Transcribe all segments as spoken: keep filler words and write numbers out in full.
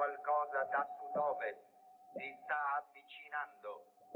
qualcosa da sud-ovest. Si sta avvicinando.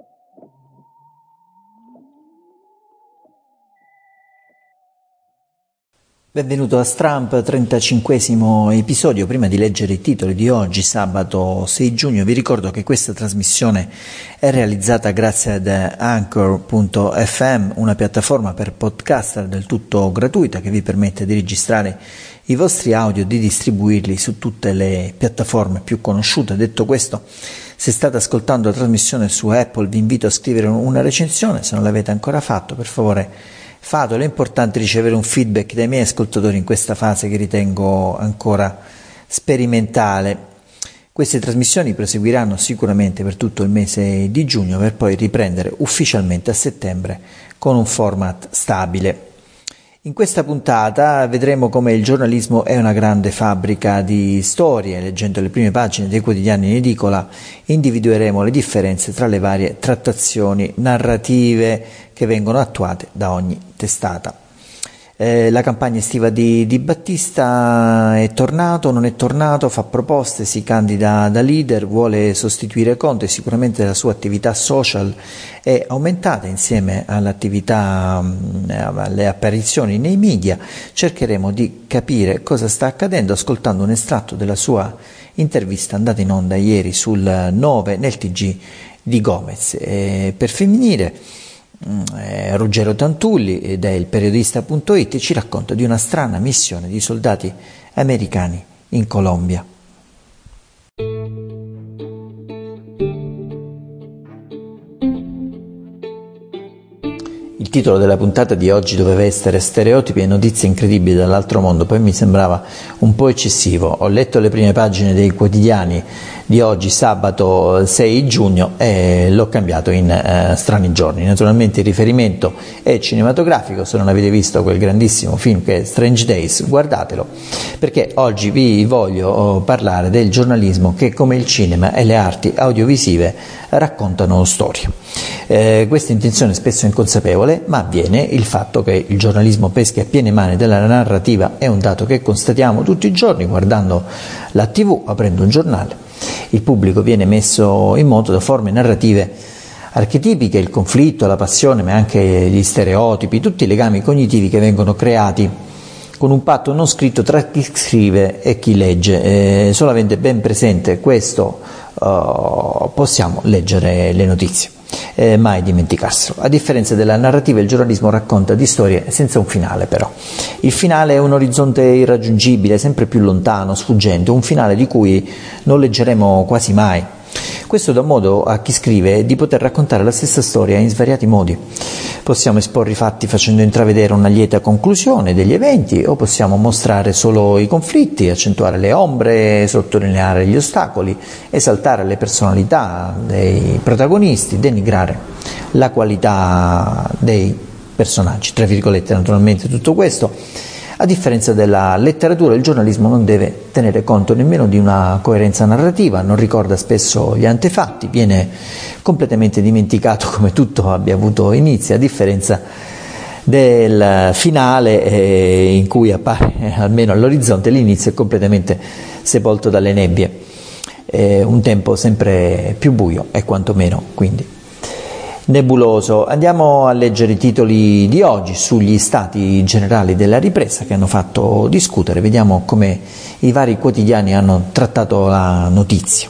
Benvenuto a Stramp, trentacinquesimo episodio. Prima di leggere i titoli di oggi, sabato sei giugno, vi ricordo che questa trasmissione è realizzata grazie ad Anchor punto effe emme, una piattaforma per podcaster del tutto gratuita che vi permette di registrare i vostri audio e di distribuirli su tutte le piattaforme più conosciute. Detto questo, se state ascoltando la trasmissione su Apple, vi invito a scrivere una recensione. Se non l'avete ancora fatto, per favore fatelo. È importante ricevere un feedback dai miei ascoltatori in questa fase che ritengo ancora sperimentale. Queste trasmissioni proseguiranno sicuramente per tutto il mese di giugno, per poi riprendere ufficialmente a settembre con un format stabile. In questa puntata vedremo come il giornalismo è una grande fabbrica di storie. Leggendo le prime pagine dei quotidiani in edicola individueremo le differenze tra le varie trattazioni narrative che vengono attuate da ogni testata. Eh, la campagna estiva di, di Battista è tornato, non è tornato, fa proposte, si candida da leader, vuole sostituire Conte. Sicuramente la sua attività social è aumentata insieme all'attività, alle apparizioni nei media. Cercheremo di capire cosa sta accadendo ascoltando un estratto della sua intervista andata in onda ieri sul nove nel T G di Gomez. E per Femminile Eh, Ruggero Tantulli del periodista punto it ci racconta di una strana missione di soldati americani in Colombia. Il titolo della puntata di oggi doveva essere Stereotipi e notizie incredibili dall'altro mondo, poi mi sembrava un po' eccessivo. Ho letto le prime pagine dei quotidiani di oggi, sabato sei giugno, e l'ho cambiato in eh, Strani giorni. Naturalmente il riferimento è cinematografico. Se non avete visto quel grandissimo film che è Strange Days, guardatelo, perché oggi vi voglio parlare del giornalismo che, come il cinema e le arti audiovisive, raccontano storie. Eh, questa intenzione spesso inconsapevole, ma avviene. Il fatto che il giornalismo peschi a piene mani della narrativa è un dato che constatiamo tutti i giorni guardando la tivù, aprendo un giornale. Il pubblico viene messo in moto da forme narrative archetipiche, il conflitto, la passione, ma anche gli stereotipi, tutti i legami cognitivi che vengono creati con un patto non scritto tra chi scrive e chi legge. Eh, solo avendo ben presente questo uh, possiamo leggere le notizie. Eh, mai dimenticarselo. A differenza della narrativa, il giornalismo racconta di storie senza un finale, però. Il finale è un orizzonte irraggiungibile, sempre più lontano, sfuggente, un finale di cui non leggeremo quasi mai. Questo dà modo a chi scrive di poter raccontare la stessa storia in svariati modi. Possiamo esporre i fatti facendo intravedere una lieta conclusione degli eventi, o possiamo mostrare solo i conflitti, accentuare le ombre, sottolineare gli ostacoli, esaltare le personalità dei protagonisti, denigrare la qualità dei personaggi. Tra virgolette, naturalmente, tutto questo. A differenza della letteratura, il giornalismo non deve tenere conto nemmeno di una coerenza narrativa, non ricorda spesso gli antefatti, viene completamente dimenticato come tutto abbia avuto inizio, a differenza del finale eh, in cui appare, eh, almeno all'orizzonte, l'inizio è completamente sepolto dalle nebbie. Eh, un tempo sempre più buio e quantomeno quindi nebuloso. Andiamo a leggere i titoli di oggi sugli stati generali della ripresa che hanno fatto discutere. Vediamo come i vari quotidiani hanno trattato la notizia.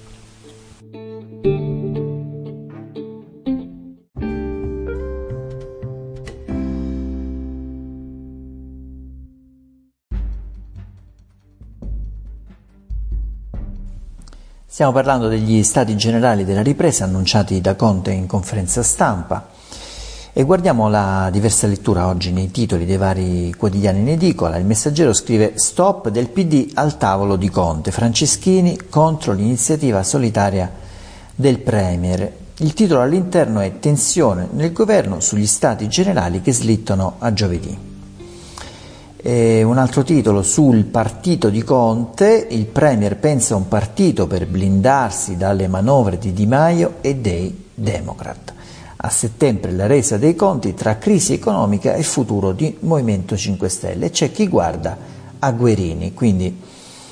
Stiamo parlando degli stati generali della ripresa annunciati da Conte in conferenza stampa e guardiamo la diversa lettura oggi nei titoli dei vari quotidiani in edicola. Il Messaggero scrive: stop del P D al tavolo di Conte, Franceschini contro l'iniziativa solitaria del Premier. Il titolo all'interno è tensione nel governo sugli stati generali che slittano a giovedì. E un altro titolo sul partito di Conte: il Premier pensa a un partito per blindarsi dalle manovre di Di Maio e dei Democrat. A settembre la resa dei conti tra crisi economica e futuro di Movimento cinque Stelle. C'è chi guarda a Guerini, quindi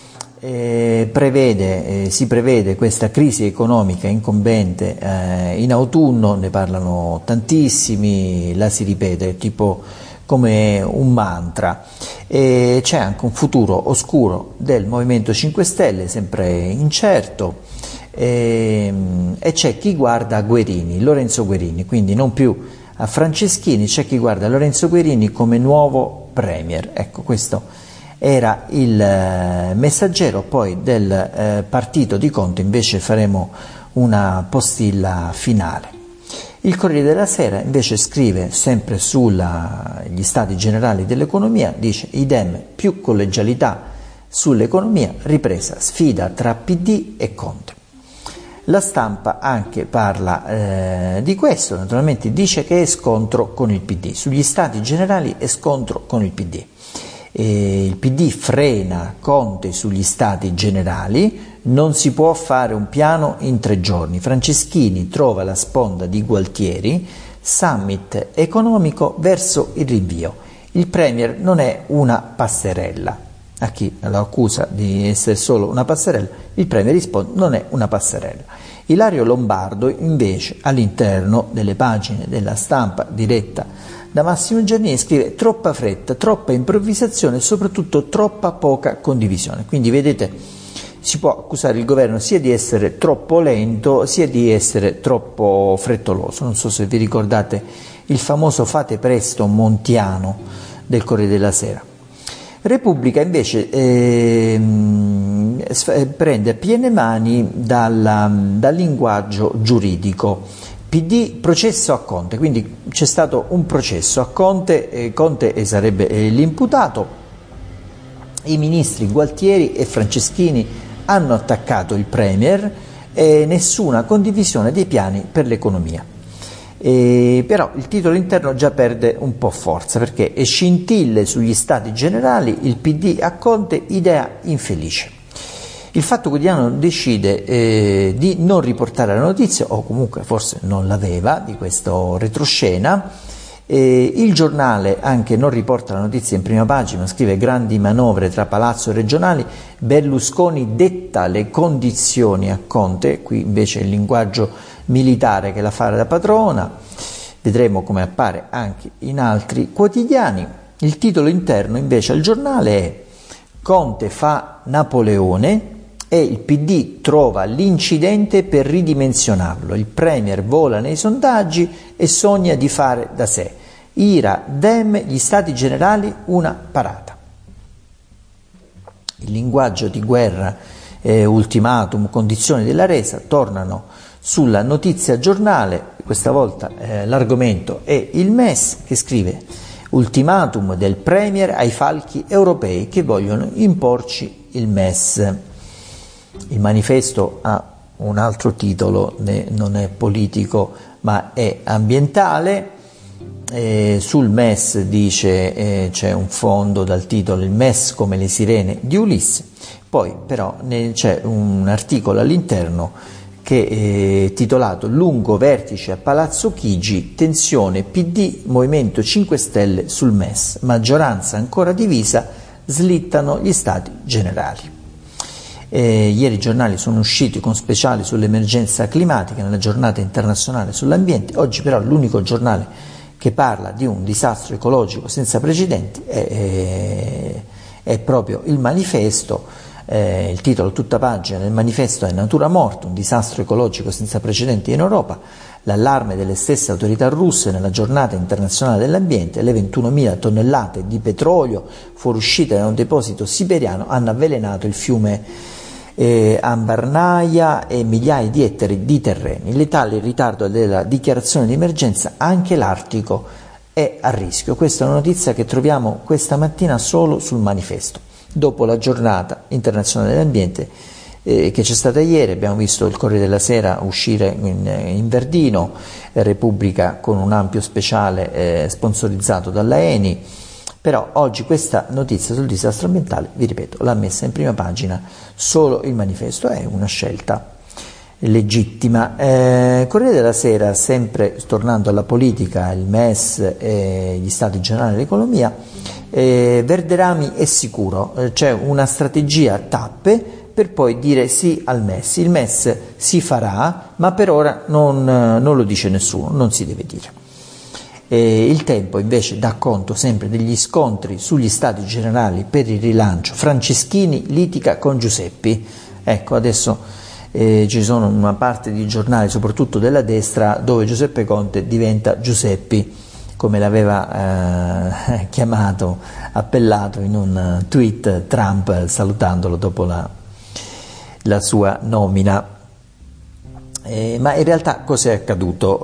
eh, prevede, eh, si prevede questa crisi economica incombente eh, in autunno, ne parlano tantissimi, la si ripete tipo come un mantra. E c'è anche un futuro oscuro del Movimento cinque Stelle, sempre incerto, e, e c'è chi guarda a Guerini, Lorenzo Guerini, quindi non più a Franceschini, c'è chi guarda Lorenzo Guerini come nuovo premier. Ecco, questo era il eh, Messaggero. Poi del eh, partito di Conte invece faremo una postilla finale. Il Corriere della Sera invece scrive sempre sugli stati generali dell'economia, dice idem più collegialità sull'economia, ripresa sfida tra P D e Conte. La Stampa anche parla eh, di questo, naturalmente dice che è scontro con il P D, sugli stati generali è scontro con il P D. E il P D frena Conte sugli stati generali, non si può fare un piano in tre giorni. Franceschini trova la sponda di Gualtieri, summit economico verso il rinvio. Il premier non è una passerella. A chi lo accusa di essere solo una passerella, il premier risponde non è una passerella. Ilario Lombardo invece all'interno delle pagine della Stampa diretta da Massimo Giannini scrive troppa fretta, troppa improvvisazione e soprattutto troppa poca condivisione. Quindi vedete, si può accusare il governo sia di essere troppo lento sia di essere troppo frettoloso. Non so se vi ricordate il famoso fate presto montiano del Corriere della Sera. Repubblica invece eh, prende a piene mani dal, dal linguaggio giuridico. P D processo a Conte, quindi c'è stato un processo a Conte, eh, Conte sarebbe eh, l'imputato, i ministri Gualtieri e Franceschini hanno attaccato il premier e nessuna condivisione dei piani per l'economia. E però il titolo interno già perde un po' forza perché è scintille sugli stati generali, il P D a Conte, idea infelice. Il Fatto Quotidiano decide eh, di non riportare la notizia, o comunque forse non l'aveva, di questo retroscena. Eh, il Giornale anche non riporta la notizia in prima pagina, scrive grandi manovre tra palazzo e regionali, Berlusconi detta le condizioni a Conte, qui invece il linguaggio militare che la fa da padrona, vedremo come appare anche in altri quotidiani. Il titolo interno invece al Giornale è Conte fa Napoleone e il P D trova l'incidente per ridimensionarlo. Il premier vola nei sondaggi e sogna di fare da sé. Ira, Dem, gli stati generali, una parata. Il linguaggio di guerra, eh, ultimatum, condizioni della resa tornano sulla notizia giornale. Questa volta eh, l'argomento è il M E S che scrive ultimatum del premier ai falchi europei che vogliono imporci il M E S. Il manifesto ha un altro titolo, non è politico ma è ambientale. Eh, sul M E S dice eh, c'è un fondo dal titolo il M E S come le sirene di Ulisse, poi però ne, c'è un articolo all'interno che è titolato Lungo vertice a Palazzo Chigi, tensione P D Movimento cinque Stelle sul M E S, maggioranza ancora divisa, slittano gli stati generali. Eh, ieri i giornali sono usciti con speciali sull'emergenza climatica nella giornata internazionale sull'ambiente, oggi però l'unico giornale che parla di un disastro ecologico senza precedenti è, è, è proprio il Manifesto. Eh, il titolo tutta pagina del Manifesto è Natura morta, un disastro ecologico senza precedenti in Europa, l'allarme delle stesse autorità russe nella giornata internazionale dell'ambiente, le ventunomila tonnellate di petrolio fuoriuscite da un deposito siberiano hanno avvelenato il fiume Eh, Ambarnaia e migliaia di ettari di terreni. Letale il ritardo della dichiarazione di emergenza, anche l'Artico è a rischio. Questa è una notizia che troviamo questa mattina solo sul Manifesto. Dopo la giornata internazionale dell'ambiente eh, che c'è stata ieri, abbiamo visto il Corriere della Sera uscire in, in verdino, eh, Repubblica con un ampio speciale eh, sponsorizzato dalla Eni. Però oggi questa notizia sul disastro ambientale, vi ripeto, l'ha messa in prima pagina solo il Manifesto, è una scelta legittima. Eh, Corriere della Sera, sempre tornando alla politica, il M E S e gli stati generali dell'economia, eh, Verderami è sicuro, eh, c'è una strategia a tappe, per poi dire sì al M E S. Il M E S si farà, ma per ora non, non lo dice nessuno, non si deve dire. E il Tempo invece dà conto sempre degli scontri sugli stati generali per il rilancio. Franceschini litiga con Giuseppi. Ecco, adesso eh, ci sono una parte di giornali, soprattutto della destra, dove Giuseppe Conte diventa Giuseppi, come l'aveva eh, chiamato, appellato in un tweet Trump salutandolo dopo la, la sua nomina. Eh, ma in realtà cos'è accaduto?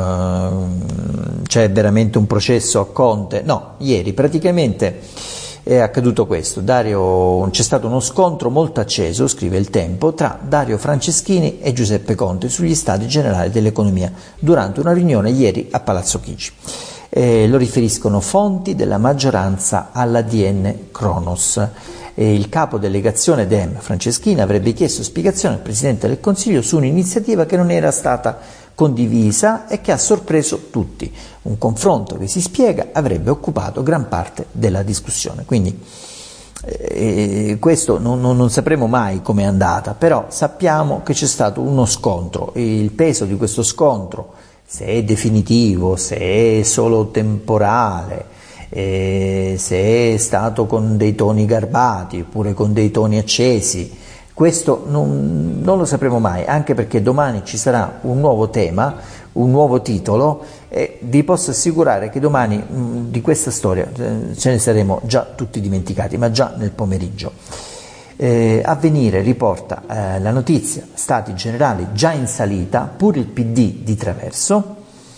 Uh, c'è veramente un processo a Conte? No, ieri praticamente è accaduto questo. Dario, c'è stato uno scontro molto acceso, scrive il Tempo, tra Dario Franceschini e Giuseppe Conte sugli stati generali dell'economia durante una riunione ieri a Palazzo Chigi. Eh, lo riferiscono fonti della maggioranza all'A D N Cronos. E il capo delegazione Dem, Franceschini, avrebbe chiesto spiegazioni al Presidente del Consiglio su un'iniziativa che non era stata condivisa e che ha sorpreso tutti. Un confronto che, si spiega, avrebbe occupato gran parte della discussione. Quindi eh, questo non, non, non sapremo mai com'è andata, però sappiamo che c'è stato uno scontro. Il peso di questo scontro, se è definitivo, se è solo temporale, Eh, se è stato con dei toni garbati oppure con dei toni accesi, questo non, non lo sapremo mai, anche perché domani ci sarà un nuovo tema, un nuovo titolo, e vi posso assicurare che domani mh, di questa storia eh, ce ne saremo già tutti dimenticati, ma già nel pomeriggio. Eh, Avvenire riporta eh, la notizia: stati generali già in salita, pure il P D di traverso,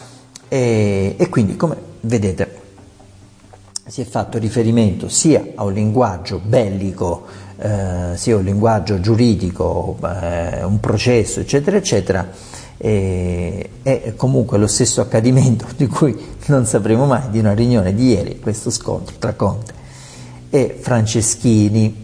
e, e quindi, come vedete, si è fatto riferimento sia a un linguaggio bellico, eh, sia a un linguaggio giuridico, eh, un processo, eccetera, eccetera, e, e comunque lo stesso accadimento di cui non sapremo mai, di una riunione di ieri, questo scontro tra Conte e Franceschini.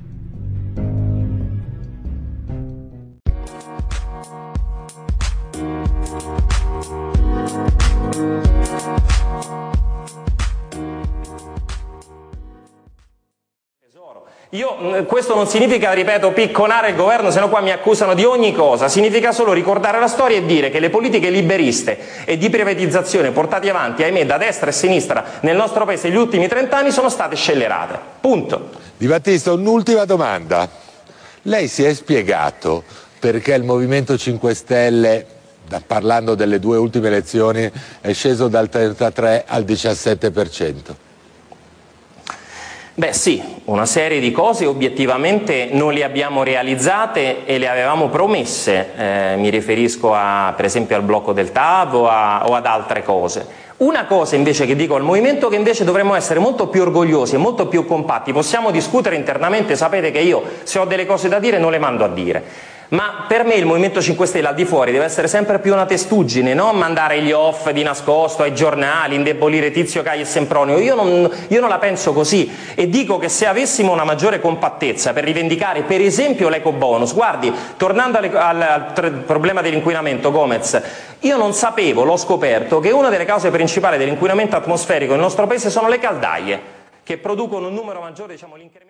Io, questo non significa, ripeto, picconare il governo, sennò qua mi accusano di ogni cosa. Significa solo ricordare la storia e dire che le politiche liberiste e di privatizzazione portate avanti, ahimè, da destra e sinistra nel nostro paese negli ultimi trent'anni sono state scellerate. Punto. Di Battista, un'ultima domanda. Lei si è spiegato perché il Movimento cinque Stelle, da, parlando delle due ultime elezioni, è sceso dal trentatré al diciassette per cento? Beh sì, una serie di cose obiettivamente non le abbiamo realizzate e le avevamo promesse, eh, mi riferisco a, per esempio al blocco del T A V o, a, o ad altre cose. Una cosa invece che dico al Movimento, che invece dovremmo essere molto più orgogliosi e molto più compatti, possiamo discutere internamente, sapete che io se ho delle cose da dire non le mando a dire. Ma per me il Movimento cinque Stelle al di fuori deve essere sempre più una testuggine, non mandare gli off di nascosto ai giornali, indebolire Tizio, Caio e Sempronio. Io non, io non la penso così, e dico che se avessimo una maggiore compattezza per rivendicare per esempio l'ecobonus, guardi, tornando alle, al, al problema dell'inquinamento, Gomez, io non sapevo, l'ho scoperto, che una delle cause principali dell'inquinamento atmosferico nel nostro paese sono le caldaie, che producono un numero maggiore, diciamo, l'incremento.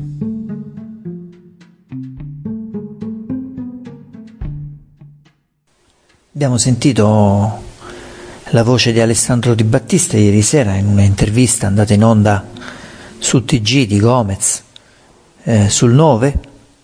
Abbiamo sentito la voce di Alessandro Di Battista ieri sera in un'intervista andata in onda su T G di Gomez, eh, sul nove,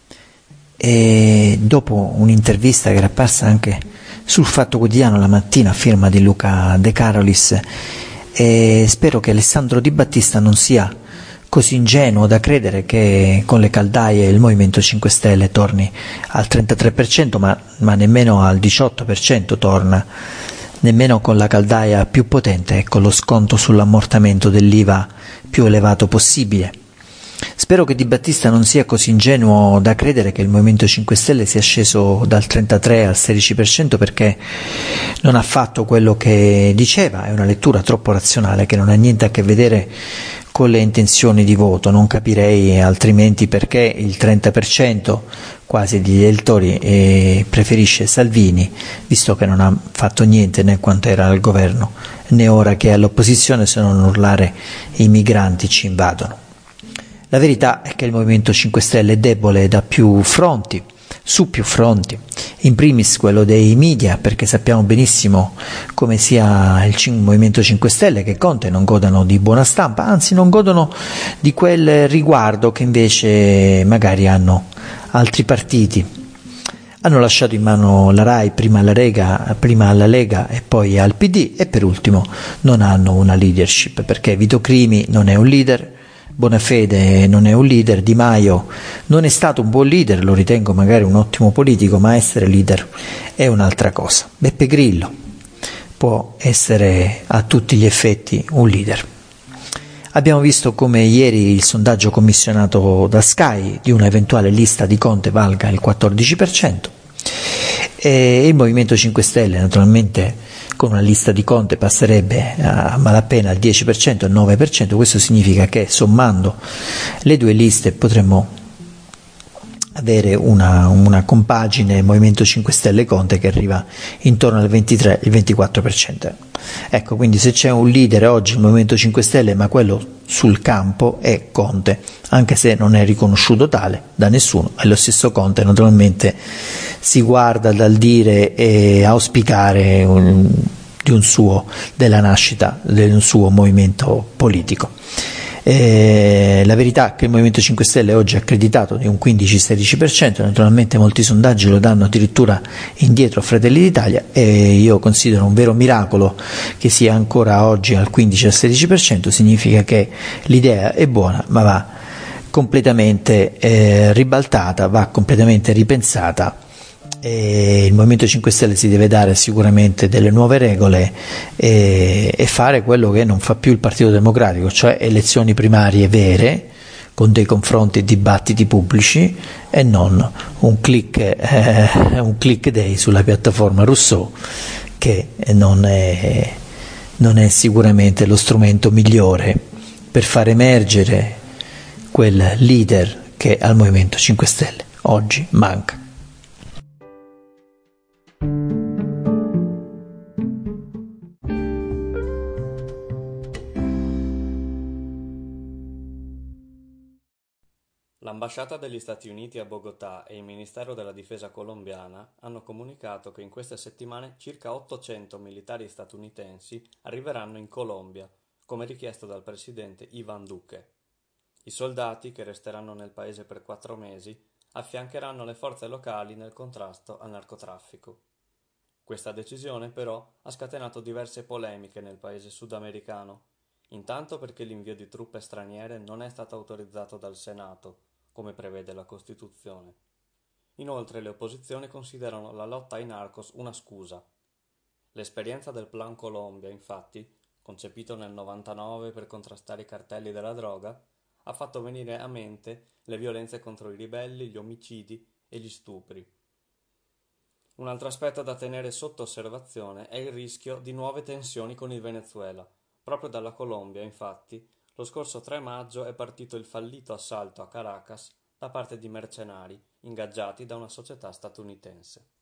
e dopo un'intervista che era apparsa anche sul Fatto Quotidiano la mattina a firma di Luca De Carolis, e spero che Alessandro Di Battista non sia così ingenuo da credere che con le caldaie il Movimento cinque Stelle torni al trentatré per cento, ma, ma nemmeno al diciotto per cento torna, nemmeno con la caldaia più potente e con lo sconto sull'ammortamento dell'I V A più elevato possibile. Spero che Di Battista non sia così ingenuo da credere che il Movimento cinque Stelle sia sceso dal trentatré al sedici per cento, perché non ha fatto quello che diceva, è una lettura troppo razionale che non ha niente a che vedere con le intenzioni di voto. Non capirei altrimenti perché il trenta per cento quasi degli elettori eh, preferisce Salvini, visto che non ha fatto niente né quando era al governo né ora che è all'opposizione, se non urlare i migranti ci invadono. La verità è che il Movimento cinque Stelle è debole da più fronti, su più fronti, in primis quello dei media, perché sappiamo benissimo come sia il Movimento cinque Stelle, che Conte non godano di buona stampa, anzi non godono di quel riguardo che invece magari hanno altri partiti. Hanno lasciato in mano la RAI prima alla Lega, prima alla Lega e poi al P D, e per ultimo non hanno una leadership, perché Vito Crimi non è un leader, Bonafede non è un leader, Di Maio non è stato un buon leader, lo ritengo magari un ottimo politico, ma essere leader è un'altra cosa. Beppe Grillo può essere a tutti gli effetti un leader. Abbiamo visto come ieri il sondaggio commissionato da Sky di una eventuale lista di Conte valga il quattordici per cento, e il Movimento cinque Stelle naturalmente con una lista di Conte passerebbe a malapena al dieci per cento, al nove per cento. Questo significa che sommando le due liste potremmo avere una, una compagine Movimento cinque Stelle Conte che arriva intorno al ventitré ventiquattro per cento. Ecco, quindi se c'è un leader oggi il Movimento cinque Stelle, ma quello sul campo, è Conte, anche se non è riconosciuto tale da nessuno, e lo stesso Conte naturalmente si guarda dal dire e auspicare un, di un suo, della nascita di un suo movimento politico. Eh, la verità è che il Movimento cinque Stelle oggi è accreditato di un quindici sedici per cento, naturalmente molti sondaggi lo danno addirittura indietro a Fratelli d'Italia, e io considero un vero miracolo che sia ancora oggi al quindici sedici per cento. Significa che l'idea è buona, ma va completamente eh, ribaltata, va completamente ripensata. E il Movimento cinque Stelle si deve dare sicuramente delle nuove regole e, e fare quello che non fa più il Partito Democratico, cioè elezioni primarie vere con dei confronti e dibattiti pubblici, e non un click, eh, un click day sulla piattaforma Rousseau, che non è, non è sicuramente lo strumento migliore per far emergere quel leader che al Movimento cinque Stelle oggi manca. L'ambasciata degli Stati Uniti a Bogotà e il Ministero della Difesa colombiana hanno comunicato che in queste settimane circa ottocento militari statunitensi arriveranno in Colombia, come richiesto dal presidente Iván Duque. I soldati, che resteranno nel paese per quattro mesi, affiancheranno le forze locali nel contrasto al narcotraffico. Questa decisione, però, ha scatenato diverse polemiche nel paese sudamericano, intanto perché l'invio di truppe straniere non è stato autorizzato dal Senato, come prevede la Costituzione. Inoltre le opposizioni considerano la lotta ai narcos una scusa. L'esperienza del Plan Colombia, infatti, concepito nel novantanove per contrastare i cartelli della droga, ha fatto venire a mente le violenze contro i ribelli, gli omicidi e gli stupri. Un altro aspetto da tenere sotto osservazione è il rischio di nuove tensioni con il Venezuela. Proprio dalla Colombia, infatti, lo scorso tre maggio è partito il fallito assalto a Caracas da parte di mercenari ingaggiati da una società statunitense.